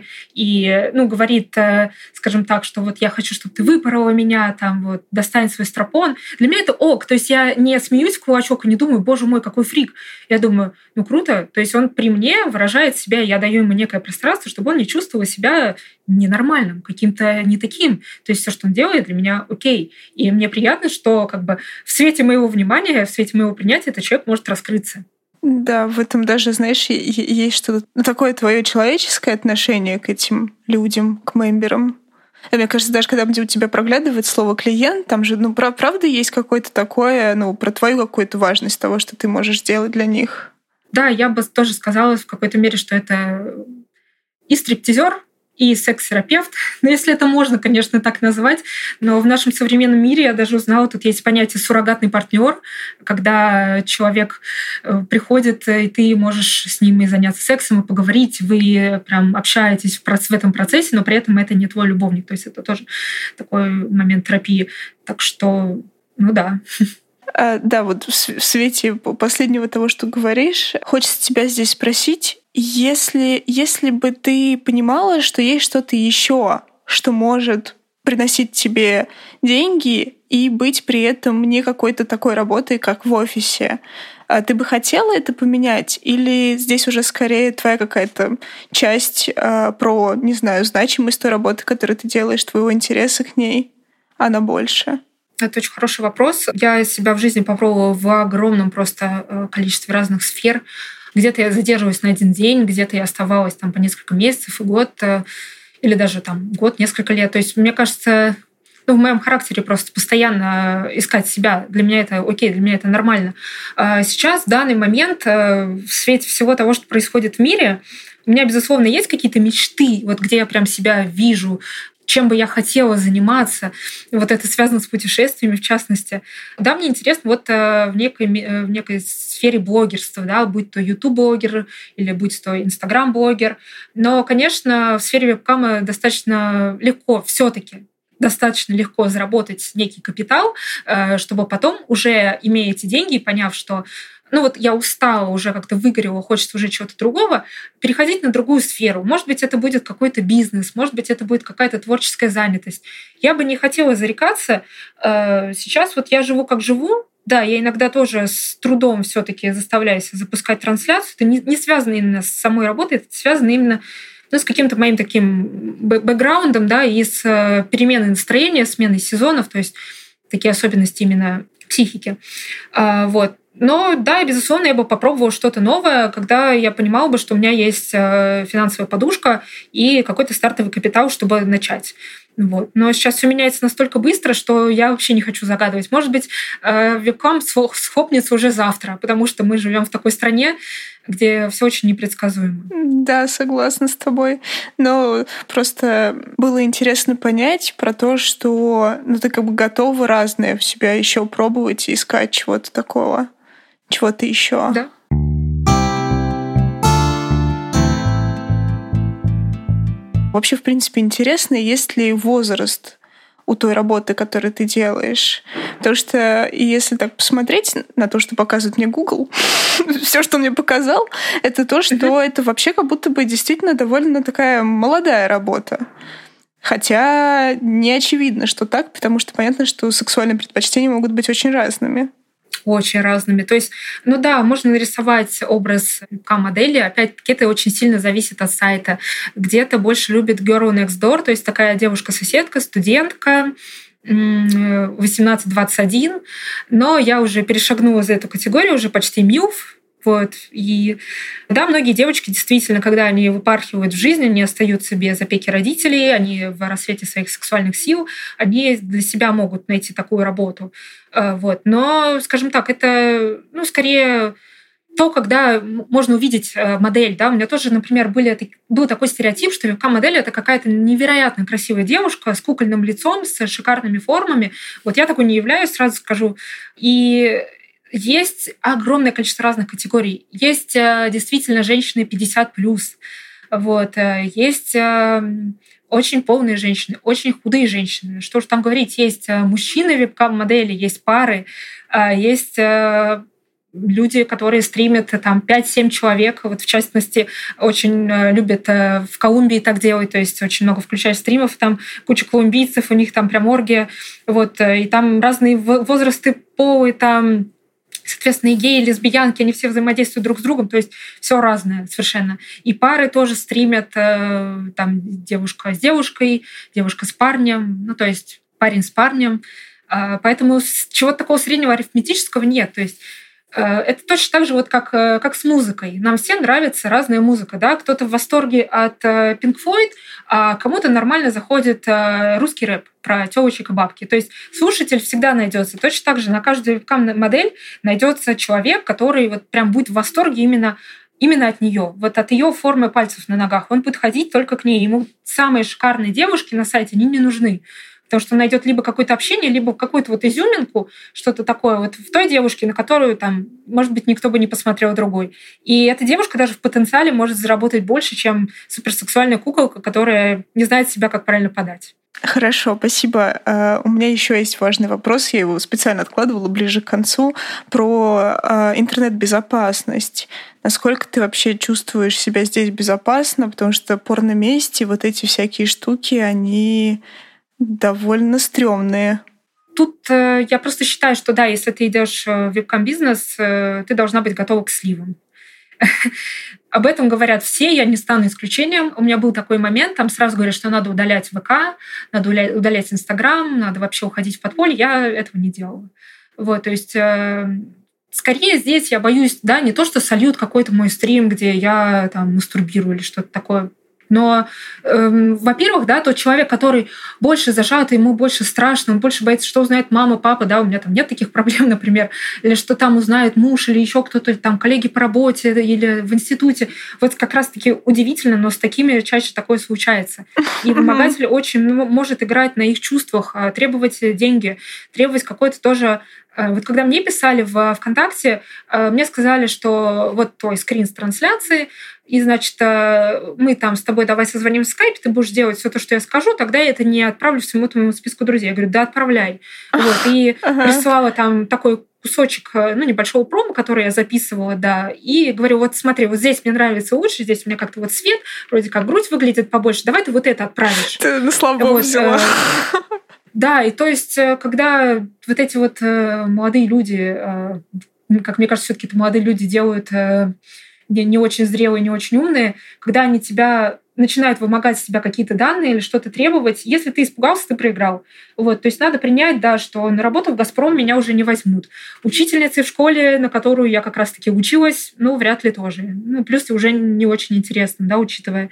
и ну, говорит, скажем так, что вот я хочу, чтобы ты выпорола меня, там, вот, достань свой стропон. Для меня это ок. То есть я не смеюсь в кулачок и не думаю: боже мой, какой фрик. Я думаю, ну круто. То есть он при мне выражает себя, я даю ему некое пространство, чтобы он не чувствовал себя ненормальным, каким-то не таким. То есть все, что он делает, для меня окей. И мне приятно, что как бы в свете моего внимания, в свете моего принятия этот человек может раскрыться. Да, в этом даже, знаешь, есть что-то такое твое человеческое отношение к этим людям, к мемберам. И мне кажется, даже когда у тебя проглядывает слово «клиент», там же, ну, правда, есть какое-то такое, ну, про твою какую-то важность того, что ты можешь сделать для них. Да, я бы тоже сказала в какой-то мере, что это и стриптизер, и секс-терапевт. Ну, если это можно, конечно, так назвать. Но в нашем современном мире я даже узнала, тут есть понятие суррогатный партнер, когда человек приходит, и ты можешь с ним и заняться сексом, и поговорить, вы прям общаетесь в этом процессе, но при этом это не твой любовник. То есть это тоже такой момент терапии. Так что, ну да. А, да, вот в свете последнего того, что говоришь, хочется тебя здесь спросить, если, если бы ты понимала, что есть что-то еще, что может приносить тебе деньги и быть при этом не какой-то такой работой, как в офисе, ты бы хотела это поменять? Или здесь уже скорее твоя какая-то часть а, про, не знаю, значимость той работы, которую ты делаешь, твоего интереса к ней, она больше? Это очень хороший вопрос. Я себя в жизни попробовала в огромном просто количестве разных сфер. Где-то я задерживалась на один день, где-то я оставалась там по несколько месяцев и год, или даже там год, несколько лет. То есть, мне кажется, ну, в моем характере просто постоянно искать себя. Для меня это окей, для меня это нормально. Сейчас, в данный момент, в свете всего того, что происходит в мире, у меня, безусловно, есть какие-то мечты, вот где я прям себя вижу. чем бы я хотела заниматься. Вот это связано с путешествиями, в частности. Да, мне интересно вот в некой, в некой сфере блогерства, да, будь то YouTube-блогер или будь то Instagram-блогер. Но, конечно, в сфере вебкама достаточно легко все-таки достаточно легко заработать некий капитал, чтобы потом, уже имея эти деньги и поняв, что ну вот я устала, уже как-то выгорела, хочется уже чего-то другого, переходить на другую сферу. Может быть, это будет какой-то бизнес, может быть, это будет какая-то творческая занятость. Я бы не хотела зарекаться. Сейчас вот я живу, как живу. Да, я иногда тоже с трудом все-таки заставляюсь запускать трансляцию. Это не, не связано именно с самой работой, это связано именно ну, с каким-то моим таким бэкграундом, да, и с переменой настроения, сменой сезонов, то есть такие особенности именно психики. Вот. Но да, безусловно, я бы попробовала что-то новое, когда я понимала бы, что у меня есть финансовая подушка и какой-то стартовый капитал, чтобы начать. Вот. Но сейчас все меняется настолько быстро, что я вообще не хочу загадывать. Может быть, вебкам схлопнется уже завтра, потому что мы живем в такой стране, где все очень непредсказуемо. Да, согласна с тобой. Но просто было интересно понять про то, что ну, ты как бы готова разное в себя еще пробовать и искать чего-то такого, чего-то еще. Да. Вообще, в принципе, интересно, есть ли возраст у той работы, которую ты делаешь. Потому что если так посмотреть на то, что показывает мне Google, все, что он мне показал, это то, что mm-hmm. это вообще как будто бы действительно довольно такая молодая работа. Хотя не очевидно, что так, потому что понятно, что сексуальные предпочтения могут быть очень разными. Очень разными. То есть, ну да, можно нарисовать образ вебкам-модели. Опять-таки, это очень сильно зависит от сайта. Где-то больше любит girl next door, то есть такая девушка-соседка, студентка, восемнадцать двадцать один. Но я уже перешагнула за эту категорию, уже почти милф. Вот. И да, многие девочки действительно, когда они выпархивают в жизнь, они остаются без опеки родителей, они в рассвете своих сексуальных сил, они для себя могут найти такую работу. Вот. Но, скажем так, это ну, скорее то, когда можно увидеть модель. Да? У меня тоже, например, были, был такой стереотип, что вебкам-модель — это какая-то невероятно красивая девушка с кукольным лицом, с шикарными формами. Вот я такой не являюсь, сразу скажу. И есть огромное количество разных категорий. Есть действительно женщины пятьдесят плюс. Вот. Есть очень полные женщины, очень худые женщины. Что же там говорить? Есть мужчины вебкам-модели, есть пары, есть люди, которые стримят там пять-семь человек. Вот в частности, очень любят в Колумбии так делать, то есть очень много включают стримов, там куча колумбийцев, у них там прям оргия. Вот. И там разные возрасты, полы, там соответственно, и геи, и лесбиянки, они все взаимодействуют друг с другом, то есть все разное совершенно. И пары тоже стримят, там девушка с девушкой, девушка с парнем, ну то есть парень с парнем. Поэтому чего-то такого среднего арифметического нет. То есть это точно так же, вот как, как с музыкой. Нам всем нравится разная музыка. Да? Кто-то в восторге от Pink Floyd, а кому-то нормально заходит русский рэп про тёлочек и бабки. То есть слушатель всегда найдется. Точно так же на каждую вебкам-модель найдется человек, который вот прям будет в восторге именно, именно от нее, вот от ее формы пальцев на ногах. Он будет ходить только к ней. Ему самые шикарные девушки на сайте, они не нужны. Потому что он найдет либо какое-то общение, либо какую-то вот изюминку, что-то такое вот в той девушке, на которую там, может быть, никто бы не посмотрел другой. И эта девушка даже в потенциале может заработать больше, чем суперсексуальная куколка, которая не знает себя, как правильно подать. Хорошо, спасибо. У меня еще есть важный вопрос, я его специально откладывала ближе к концу, про интернет-безопасность. Насколько ты вообще чувствуешь себя здесь безопасно? Потому что порно-месть, вот эти всякие штуки, они довольно стрёмные. Тут э, я просто считаю, что да, если ты идешь в вебкам-бизнес, э, ты должна быть готова к сливам. Об этом говорят все, я не стану исключением. У меня был такой момент, там сразу говорят, что надо удалять ВК, надо удалять Инстаграм, надо вообще уходить в подполье. Я этого не делала. Вот, то есть э, скорее здесь я боюсь, да, не то, что сольют какой-то мой стрим, где я там мастурбирую или что-то такое. Но, эм, во-первых, да, тот человек, который больше зажатый, ему больше страшно, он больше боится, что узнает мама, папа, да, у меня там нет таких проблем, например, или что там узнает муж, или еще кто-то, там, коллеги по работе или в институте. Вот как раз-таки удивительно, но с такими чаще такое случается. И вымогатель очень может играть на их чувствах, требовать деньги, требовать какой-то тоже... Вот когда мне писали в ВКонтакте, мне сказали, что вот твой скрин с трансляции, и, значит, мы там с тобой давай созвоним в скайпе, ты будешь делать все то, что я скажу, тогда я это не отправлю всему твоему списку друзей. Я говорю, да, отправляй. Вот. И присылала там такой кусочек, ну, небольшого промо, который я записывала, да, и говорю, вот смотри, вот здесь мне нравится лучше, здесь у меня как-то вот цвет, вроде как грудь выглядит побольше, давай ты вот это отправишь. Ты на слабо вот, взяла. Да, и то есть, когда вот эти вот молодые люди, как мне кажется, все-таки это молодые люди делают не очень зрелые, не очень умные, когда они тебя начинают вымогать с тебя какие-то данные или что-то требовать, если ты испугался, ты проиграл. Вот, то есть надо принять, да, что на работу в «Газпром» меня уже не возьмут. Учительницей в школе, на которую я как раз-таки училась, ну, вряд ли тоже. Ну, плюс уже не очень интересно, да, учитывая,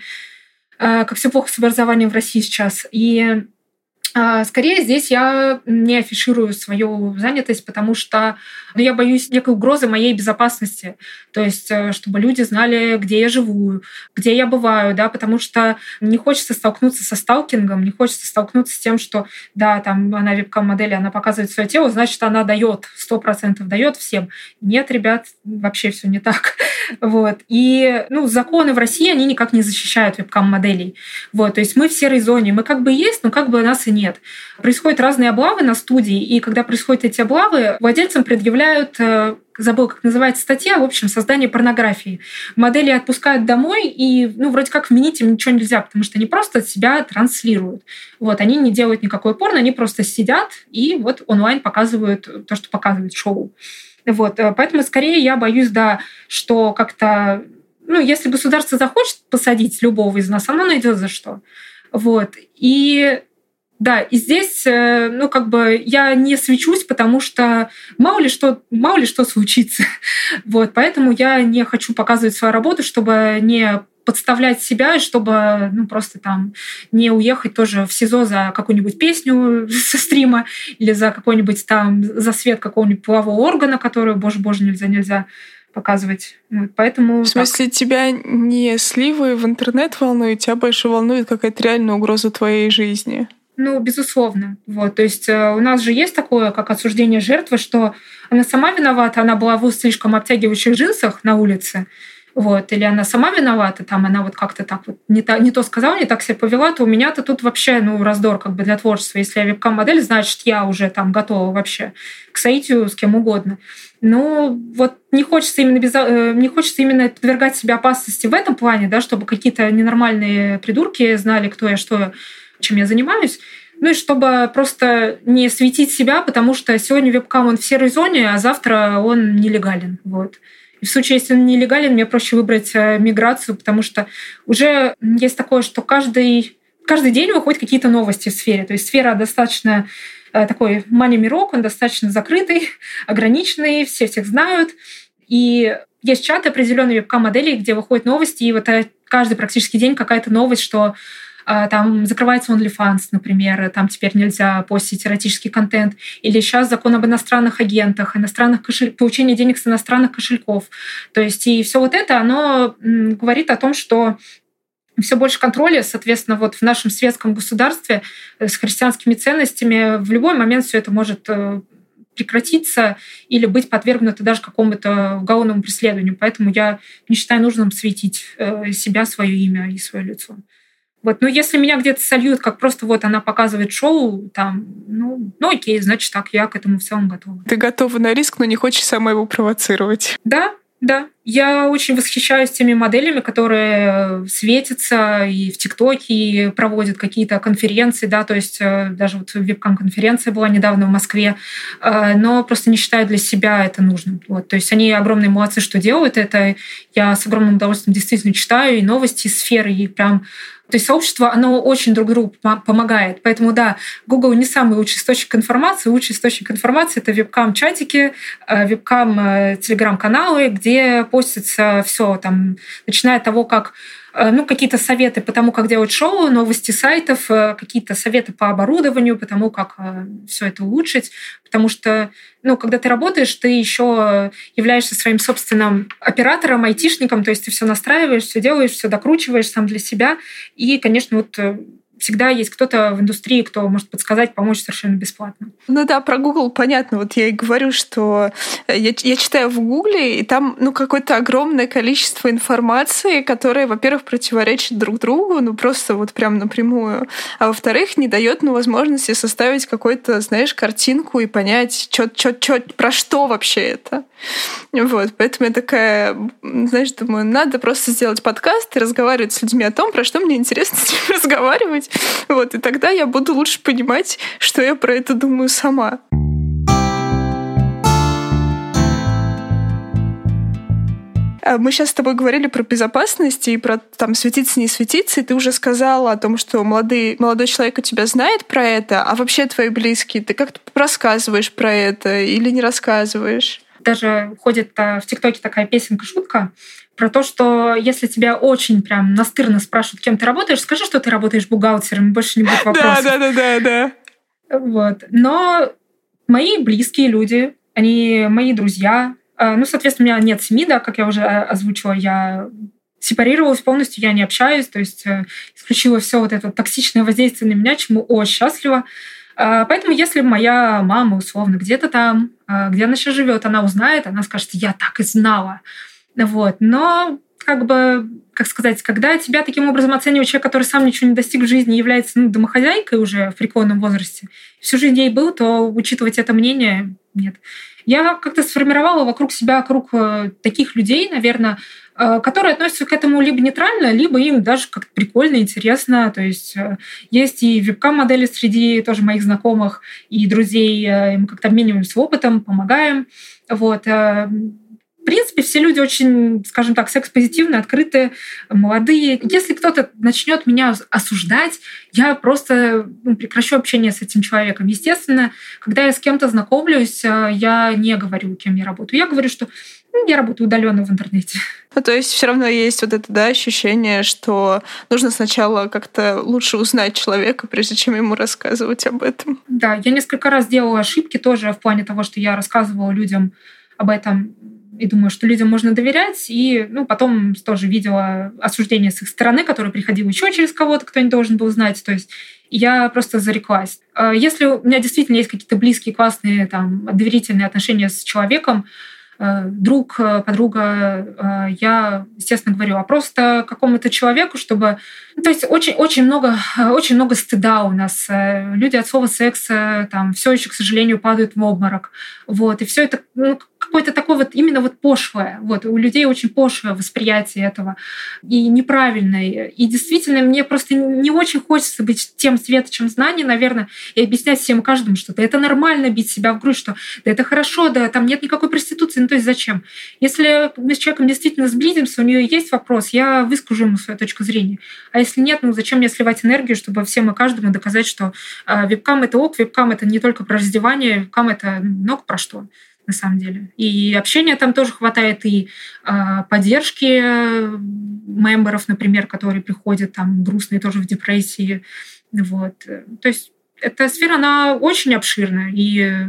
как все плохо с образованием в России сейчас. И скорее здесь я не афиширую свою занятость, потому что ну, я боюсь некой угрозы моей безопасности. То есть, чтобы люди знали, где я живу, где я бываю, да, потому что не хочется столкнуться со сталкингом, не хочется столкнуться с тем, что, да, там она вебкам-модель, она показывает свое тело, значит, она дает, сто процентов дает всем. Нет, ребят, вообще все не так. Вот. И ну, законы в России, они никак не защищают вебкам-моделей. Вот. То есть мы в серой зоне, мы как бы есть, но как бы нас и нет. Нет. Происходят разные облавы на студии, и когда происходят эти облавы, владельцам предъявляют, забыл, как называется статья, в общем, создание порнографии. Модели отпускают домой, и ну, вроде как вменить им ничего нельзя, потому что они просто себя транслируют. Вот, они не делают никакой порно, они просто сидят и вот онлайн показывают то, что показывает шоу. Вот, поэтому скорее я боюсь, да, что как-то, ну, если государство захочет посадить любого из нас, оно найдет за что. Вот, и да, и здесь, ну, как бы я не свечусь, потому что мало ли что, мало ли что случится. Вот, поэтому я не хочу показывать свою работу, чтобы не подставлять себя, чтобы ну, просто там не уехать тоже в СИЗО за какую-нибудь песню со стрима или за какой-нибудь там за свет какого-нибудь полового органа, который, боже-боже, нельзя-нельзя показывать. Вот, поэтому в смысле, так. Тебя не сливы в интернет волнуют, тебя больше волнует какая-то реальная угроза твоей жизни? Ну, безусловно. Вот. То есть у нас же есть такое, как осуждение жертвы, что она сама виновата, она была в слишком обтягивающих джинсах на улице, вот, или она сама виновата, там она вот как-то так вот не, та, не то сказала, не так себя повела, то у меня-то тут вообще ну, раздор как бы для творчества. Если я вебкам-модель, значит, я уже там готова вообще к соитию с кем угодно. Ну, вот не хочется именно, без, не хочется именно подвергать себе опасности в этом плане, да, чтобы какие-то ненормальные придурки знали, кто я, что я, чем я занимаюсь. Ну и чтобы просто не светить себя, потому что сегодня вебкам он в серой зоне, а завтра он нелегален. Вот. И в случае, если он нелегален, мне проще выбрать миграцию, потому что уже есть такое, что каждый, каждый день выходят какие-то новости в сфере. То есть сфера достаточно такой мани-мирок, он достаточно закрытый, ограниченный, все всех знают. И есть чаты определенные вебкам-моделей, где выходят новости, и вот каждый практически день какая-то новость, что там закрывается OnlyFans, например, там теперь нельзя постить эротический контент. Или сейчас закон об иностранных агентах, иностранных кошель... получении денег с иностранных кошельков. То есть и все вот это, оно говорит о том, что все больше контроля, соответственно, вот в нашем светском государстве с христианскими ценностями в любой момент все это может прекратиться или быть подвергнуто даже какому-то уголовному преследованию. Поэтому я не считаю нужным светить себя, свое имя и свое лицо. Вот. Но если меня где-то сольют, как просто вот она показывает шоу, там, ну, ну окей, значит так, я к этому в целом готова. Ты готова на риск, но не хочешь сама его провоцировать. Да, да. Я очень восхищаюсь теми моделями, которые светятся и в ТикТоке, и проводят какие-то конференции, да, то есть даже вот вебкам-конференция была недавно в Москве, но просто не считаю для себя это нужным. Вот. То есть они огромные молодцы, что делают это. Я с огромным удовольствием действительно читаю и новости из сферы, и прям то есть сообщество, оно очень друг другу помогает. Поэтому, да, Google не самый лучший источник информации. Лучший источник информации — это вебкам-чатики, вебкам-телеграм-каналы, где постится все, там, начиная от того, как ну, какие-то советы по тому, как делать шоу, новости сайтов, какие-то советы по оборудованию, по тому, как все это улучшить. Потому что, ну, когда ты работаешь, ты еще являешься своим собственным оператором, айтишником, то есть ты все настраиваешь, все делаешь, все докручиваешь сам для себя. И, конечно, вот всегда есть кто-то в индустрии, кто может подсказать, помочь совершенно бесплатно. Ну да, про Google понятно. Вот я и говорю, что я, я читаю в Гугле, и там ну, какое-то огромное количество информации, которая, во-первых, противоречит друг другу, ну просто вот прям напрямую, а во-вторых, не дает ну, возможности составить какую-то, знаешь, картинку и понять, чё, чё, чё, про что вообще это. Вот, поэтому я такая, знаешь, думаю, надо просто сделать подкаст и разговаривать с людьми о том, про что мне интересно с ними разговаривать. Вот, и тогда я буду лучше понимать, что я про это думаю сама. Мы сейчас с тобой говорили про безопасность и про там светиться, не светиться, и ты уже сказала о том, что молодой, молодой человек у тебя знает про это, а вообще твои близкие, ты как-то рассказываешь про это или не рассказываешь? Даже ходит в ТикТоке такая песенка-шутка про то, что если тебя очень прям настырно спрашивают, кем ты работаешь, скажи, что ты работаешь бухгалтером, больше не будет вопросов. Да, да, да, да, да. Вот. Но мои близкие люди, они мои друзья, ну, соответственно, у меня нет семьи, да, как я уже озвучила, я сепарировалась полностью, я не общаюсь, то есть исключила все вот это токсичное воздействие на меня, чему очень счастлива. Поэтому если моя мама, условно, где-то там, где она сейчас живет, она узнает, она скажет, я так и знала. Вот. Но, как бы, как сказать, когда тебя таким образом оценивает человек, который сам ничего не достиг в жизни, является ну, домохозяйкой уже в преклонном возрасте, всю жизнь ей был, то учитывать это мнение нет. Я как-то сформировала вокруг себя круг таких людей, наверное, которые относятся к этому либо нейтрально, либо им даже как-то прикольно, интересно. То есть есть и вебкам-модели среди тоже моих знакомых и друзей. Мы как-то обмениваемся опытом, помогаем. Вот. В принципе, все люди очень, скажем так, секс-позитивные, открытые, молодые. Если кто-то начнет меня осуждать, я просто ну, прекращу общение с этим человеком. Естественно, когда я с кем-то знакомлюсь, я не говорю, кем я работаю. Я говорю, что ну, я работаю удаленно в интернете. Ну, то есть все равно есть вот это да, ощущение, что нужно сначала как-то лучше узнать человека, прежде чем ему рассказывать об этом. Да, я несколько раз делала ошибки тоже в плане того, что я рассказывала людям об этом и думаю, что людям можно доверять. И ну, потом тоже видела осуждение с их стороны, которое приходило еще через кого-то, кто не должен был знать. То есть я просто зареклась. Если у меня действительно есть какие-то близкие, классные, там, доверительные отношения с человеком, друг, подруга, я, естественно, говорю, а просто какому-то человеку, чтобы... Ну, то есть очень, очень, много, очень много стыда у нас. Люди от слова секса там все еще, к сожалению, падают в обморок. Вот. И все это ну, какое-то такое вот именно вот пошлое. Вот. У людей очень пошлое восприятие этого. И неправильное. И действительно, мне просто не очень хочется быть тем светочем знаний, наверное, и объяснять всем и каждому, что да, это нормально бить себя в грудь, что да, это хорошо, да, там нет никакой проституции. Ну, то есть зачем? Если мы с человеком действительно сблизимся, у нее есть вопрос, я выскажу ему свою точку зрения. А если нет, ну зачем мне сливать энергию, чтобы всем и каждому доказать, что э, вебкам — это ок, вебкам — это не только про раздевание, вебкам — это много про что на самом деле. И общения там тоже хватает, и э, поддержки мемберов, например, которые приходят там грустные, тоже в депрессии. Вот. То есть эта сфера, она очень обширная, и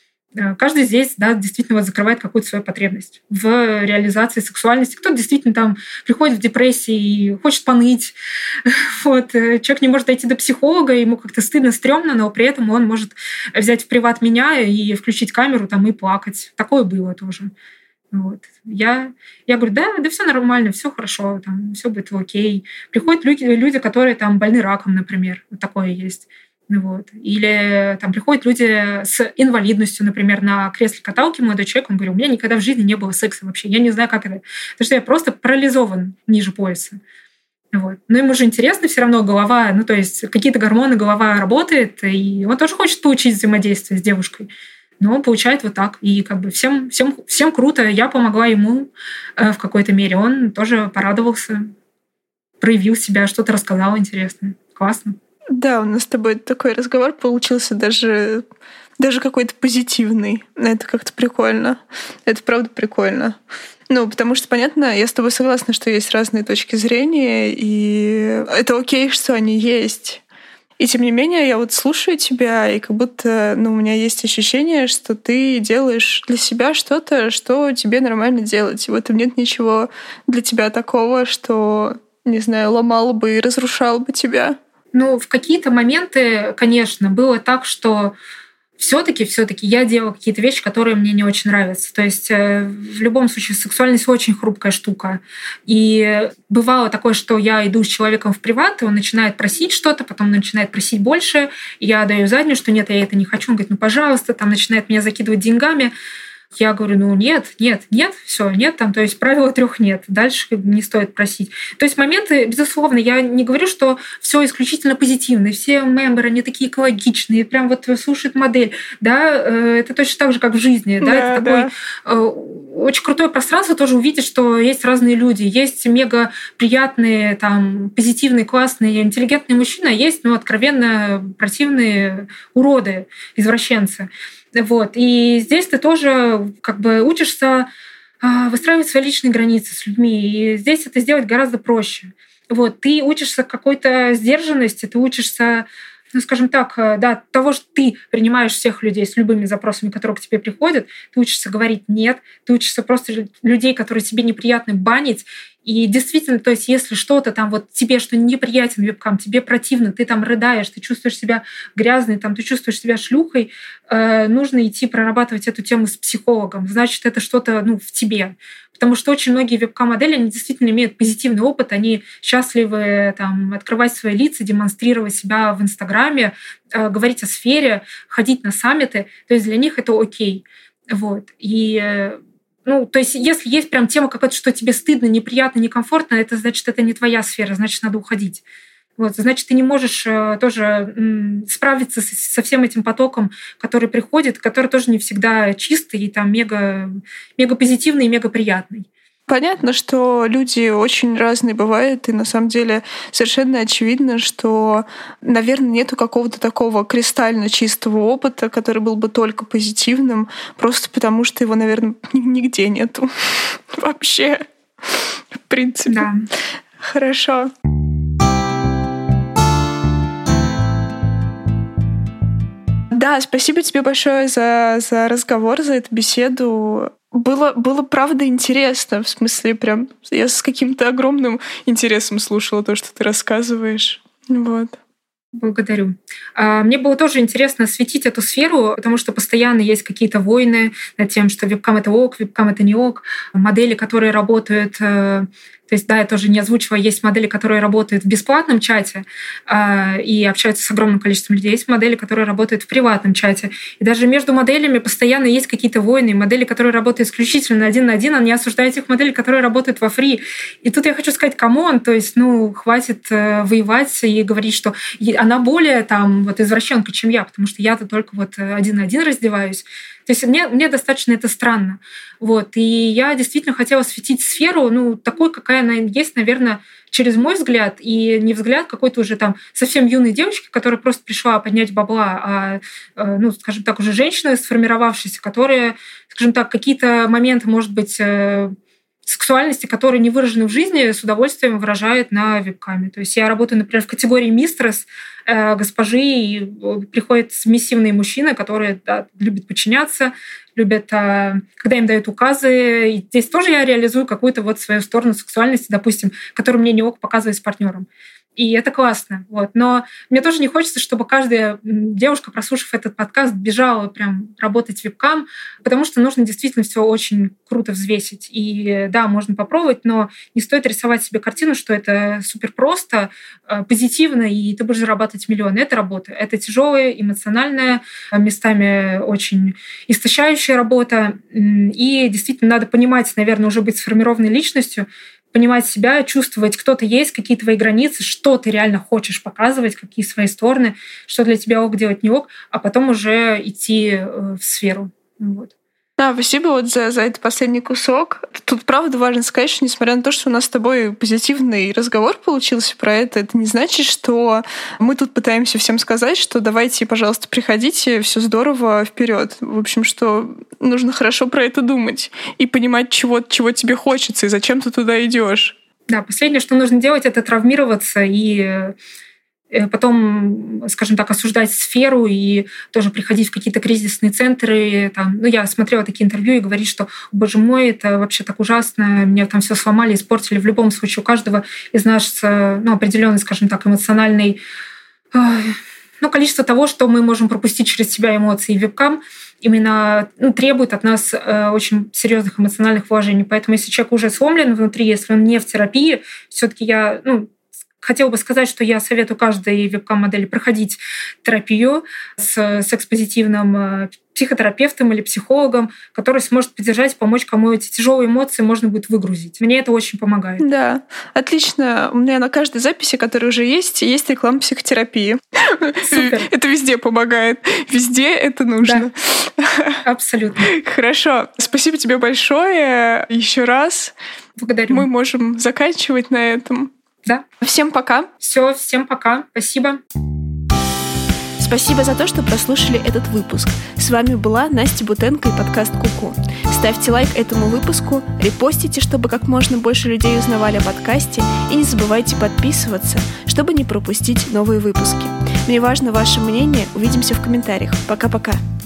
каждый здесь да, действительно вот закрывает какую-то свою потребность в реализации сексуальности. Кто-то действительно там приходит в депрессии и хочет поныть. Вот. Человек не может дойти до психолога, ему как-то стыдно, стрёмно, но при этом он может взять в приват меня и включить камеру там, и плакать. Такое было тоже. Вот. Я, я говорю, да, да все нормально, все хорошо, там, все будет окей. Приходят люди, люди, которые там больны раком, например. Вот такое есть. Вот. Или там приходят люди с инвалидностью, например, на кресле-каталке, молодой человек, он говорит, у меня никогда в жизни не было секса вообще, я не знаю, как это. Потому что я просто парализован ниже пояса. Вот. Но ему же интересно все равно голова, ну то есть какие-то гормоны, голова работает, и он тоже хочет получить взаимодействие с девушкой. Но он получает вот так. И как бы всем, всем, всем круто. Я помогла ему в какой-то мере. Он тоже порадовался, проявил себя, что-то рассказал интересное. Классно. Да, у нас с тобой такой разговор получился даже, даже какой-то позитивный. Это как-то прикольно. Это правда прикольно. Ну, потому что, понятно, я с тобой согласна, что есть разные точки зрения, и это окей, что они есть. И тем не менее, я вот слушаю тебя, и как будто ну, у меня есть ощущение, что ты делаешь для себя что-то, что тебе нормально делать. И в этом нет ничего для тебя такого, что, не знаю, ломало бы и разрушало бы тебя. Ну, в какие-то моменты, конечно, было так, что все-таки, все-таки я делала какие-то вещи, которые мне не очень нравятся. То есть э, в любом случае сексуальность очень хрупкая штука. И бывало такое, что я иду с человеком в приват, и он начинает просить что-то, потом начинает просить больше, и я даю заднюю, что нет, я это не хочу. Он говорит, ну, пожалуйста, там начинает меня закидывать деньгами. Я говорю, ну нет, нет, нет, все, нет, там, то есть правила трех нет, дальше не стоит просить. То есть моменты, безусловно, я не говорю, что все исключительно позитивно, все мемберы, они такие экологичные, прям вот слушают модель, да, это точно так же, как в жизни, да, да это да. такое очень крутое пространство тоже увидеть, что есть разные люди, есть мега приятные, там, позитивные, классные, интеллигентные мужчины, а есть, ну, откровенно противные уроды, извращенцы. Вот. И здесь ты тоже как бы учишься выстраивать свои личные границы с людьми. И здесь это сделать гораздо проще. Вот. Ты учишься какой-то сдержанности, ты учишься, ну, скажем так, да, того, что ты принимаешь всех людей с любыми запросами, которые к тебе приходят, ты учишься говорить «нет», ты учишься просто людей, которые тебе неприятны, банить. И действительно, то есть если что-то там вот тебе, что неприятен вебкам, тебе противно, ты там рыдаешь, ты чувствуешь себя грязной, там, ты чувствуешь себя шлюхой, э, нужно идти прорабатывать эту тему с психологом. Значит, это что-то ну, в тебе. Потому что очень многие вебкам-модели, они действительно имеют позитивный опыт, они счастливы там, открывать свои лица, демонстрировать себя в Инстаграме, э, говорить о сфере, ходить на саммиты. То есть для них это окей. Вот. И э, Ну, то есть, если есть прям тема какая-то, что тебе стыдно, неприятно, некомфортно, это значит, это не твоя сфера, значит, надо уходить. Вот, значит, ты не можешь э, тоже м, справиться с, со всем этим потоком, который приходит, который тоже не всегда чистый и там мега, мега позитивный и мега приятный. Понятно, что люди очень разные бывают, и на самом деле совершенно очевидно, что, наверное, нету какого-то такого кристально чистого опыта, который был бы только позитивным, просто потому что его, наверное, нигде нету вообще, в принципе. Да. Хорошо. Да, спасибо тебе большое за, за разговор, за эту беседу. Было, было правда интересно, в смысле, прям я с каким-то огромным интересом слушала то, что ты рассказываешь. Вот. Благодарю. Мне было тоже интересно осветить эту сферу, потому что постоянно есть какие-то войны над тем, что вебкам — это ок, вебкам — это не ок. Модели, которые работают... То есть, да, я тоже не озвучивала, есть модели, которые работают в бесплатном чате э, и общаются с огромным количеством людей. Есть модели, которые работают в приватном чате. И даже между моделями постоянно есть какие-то войны. Модели, которые работают исключительно один на один, они осуждают тех моделей, которые работают во фри. И тут я хочу сказать, камон, то есть, ну, хватит э, воевать и говорить, что она более там вот извращенка, чем я, потому что я-то только вот один на один раздеваюсь. То есть мне, мне достаточно это странно. Вот. И я действительно хотела осветить сферу, ну, такой, какая она есть, наверное, через мой взгляд, и не взгляд какой-то уже там совсем юной девочки, которая просто пришла поднять бабла, а, ну, скажем так, уже женщины сформировавшиеся, которые, скажем так, какие-то моменты, может быть, сексуальности, которые не выражены в жизни, с удовольствием выражает на вебкаме. То есть я работаю, например, в категории мистерс, э, госпожи, и приходят субмиссивные мужчины, которые да, любят подчиняться, любят, э, когда им дают указы. И здесь тоже я реализую какую-то вот свою сторону сексуальности, допустим, которую мне не ок показывать с партнером. И это классно. Вот. Но мне тоже не хочется, чтобы каждая девушка, прослушав этот подкаст, бежала прям работать в вебкам, потому что нужно действительно все очень круто взвесить. И да, можно попробовать, но не стоит рисовать себе картину, что это супер просто, позитивно, и ты будешь зарабатывать миллионы. Это работа. Это тяжелая, эмоциональная, местами очень истощающая работа. И действительно надо понимать, наверное, уже быть сформированной личностью, понимать себя, чувствовать, кто ты есть, какие твои границы, что ты реально хочешь показывать, какие свои стороны, что для тебя ок делать, не ок, а потом уже идти в сферу. Вот. Да, спасибо вот за, за этот последний кусок. Тут правда важно сказать, что несмотря на то, что у нас с тобой позитивный разговор получился про это, это не значит, что мы тут пытаемся всем сказать, что давайте, пожалуйста, приходите, все здорово, вперед. В общем, что нужно хорошо про это думать и понимать, чего, чего тебе хочется и зачем ты туда идешь. Да, последнее, что нужно делать, это травмироваться и потом, скажем так, осуждать сферу и тоже приходить в какие-то кризисные центры. Там, ну, я смотрела такие интервью и говорить, что, боже мой, это вообще так ужасно, меня там все сломали, испортили. В любом случае у каждого из нас ну, определенный, скажем так, эмоциональный ну, количество того, что мы можем пропустить через себя эмоции. И вебкам именно ну, требует от нас э, очень серьезных эмоциональных вложений. Поэтому если человек уже сломлен внутри, если он не в терапии, все-таки я ну, хотела бы сказать, что я советую каждой вебкам-модели проходить терапию с секс-позитивным психотерапевтом или психологом, который сможет поддержать, помочь, кому эти тяжелые эмоции можно будет выгрузить. Мне это очень помогает. Да, отлично. У меня на каждой записи, которая уже есть, есть реклама психотерапии. Супер. Это везде помогает. Везде это нужно. Да, абсолютно. Хорошо. Спасибо тебе большое еще раз. Благодарю. Мы можем заканчивать на этом. Да. Всем пока. Все, всем пока. Спасибо. Спасибо за то, что прослушали этот выпуск. С вами была Настя Бутенко и подкаст Ку-ку. Ставьте лайк этому выпуску, репостите, чтобы как можно больше людей узнавали о подкасте, и не забывайте подписываться, чтобы не пропустить новые выпуски. Мне важно ваше мнение. Увидимся в комментариях. Пока-пока.